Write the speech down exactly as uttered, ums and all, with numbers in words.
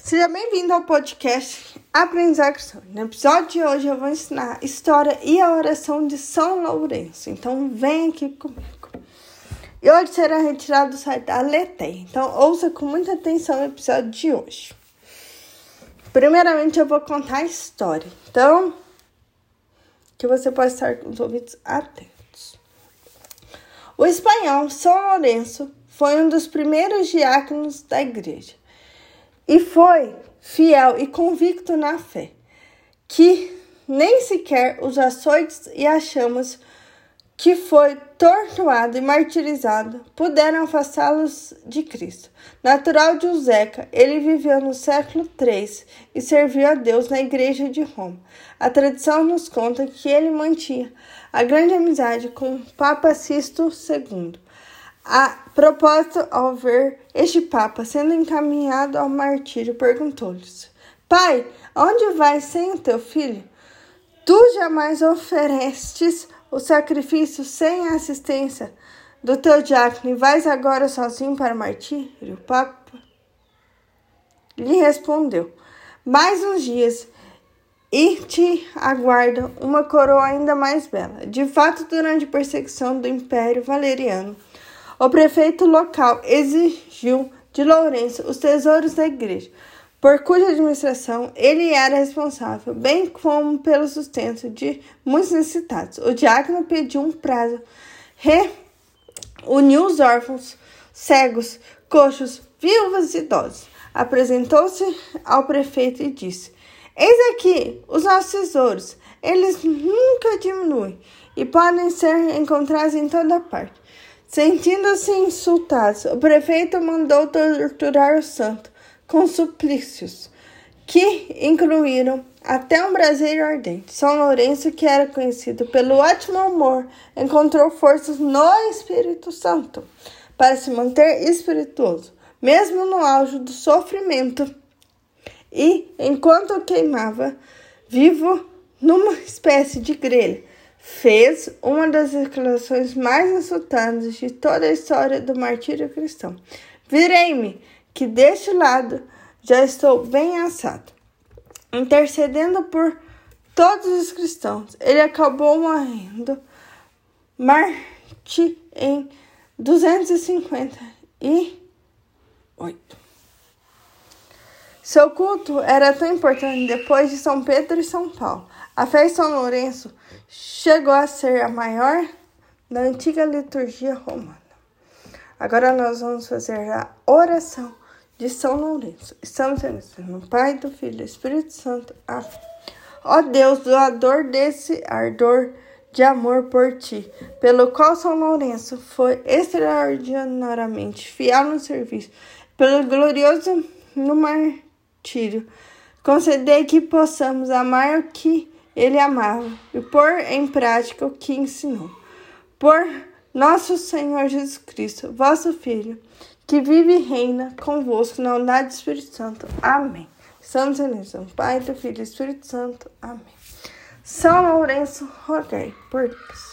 Seja bem-vindo ao podcast Aprendizagem Cristã. No episódio de hoje eu vou ensinar a história e a oração de São Lourenço. Então vem aqui comigo. E hoje será retirado do site da Aletheia. Então ouça com muita atenção o episódio de hoje. Primeiramente eu vou contar a história. Então, que você pode estar com os ouvidos atentos. O espanhol São Lourenço foi um dos primeiros diáconos da igreja. E foi fiel e convicto na fé, que nem sequer os açoites e as chamas que foi torturado e martirizado puderam afastá-los de Cristo. Natural de Uzeca, ele viveu no século três e serviu a Deus na igreja de Roma. A tradição nos conta que ele mantinha a grande amizade com o Papa Sisto segundo. A propósito, ao ver este Papa sendo encaminhado ao martírio, perguntou-lhes: Pai, onde vais sem o teu filho? Tu jamais oferestes o sacrifício sem a assistência do teu diácono e vais agora sozinho para o martírio? O Papa lhe respondeu: Mais uns dias e te aguarda uma coroa ainda mais bela. De fato, durante a perseguição do Império Valeriano, o prefeito local exigiu de Lourenço os tesouros da igreja, por cuja administração ele era responsável, bem como pelo sustento de muitos necessitados. O diácono pediu um prazo, reuniu os órfãos, cegos, coxos, viúvas e idosos. Apresentou-se ao prefeito e disse: Eis aqui os nossos tesouros, eles nunca diminuem e podem ser encontrados em toda parte. Sentindo-se insultados, o prefeito mandou torturar o santo com suplícios, que incluíram até um braseiro ardente. São Lourenço, que era conhecido pelo ótimo humor, encontrou forças no Espírito Santo para se manter espirituoso, mesmo no auge do sofrimento, e, enquanto queimava vivo numa espécie de grelha, fez uma das declarações mais insultantes de toda a história do martírio cristão. Virei-me, que deste lado já estou bem assado. Intercedendo por todos os cristãos, ele acabou morrendo Marte em duzentos e cinquenta e oito. Seu culto era tão importante depois de São Pedro e São Paulo. A fé de São Lourenço chegou a ser a maior da antiga liturgia romana. Agora nós vamos fazer a oração de São Lourenço. Estamos no Pai, do Filho e do Espírito Santo. Amém. Ó Deus, doador desse ardor de amor por ti, pelo qual São Lourenço foi extraordinariamente fiel no serviço, pelo glorioso no martírio, concedei que possamos amar o que ele amava e pôr em prática o que ensinou. Por nosso Senhor Jesus Cristo, vosso Filho, que vive e reina convosco na unidade do Espírito Santo. Amém. Santos Santo, Pai, do Filho e do Espírito Santo. Amém. São Lourenço, rogai por nós.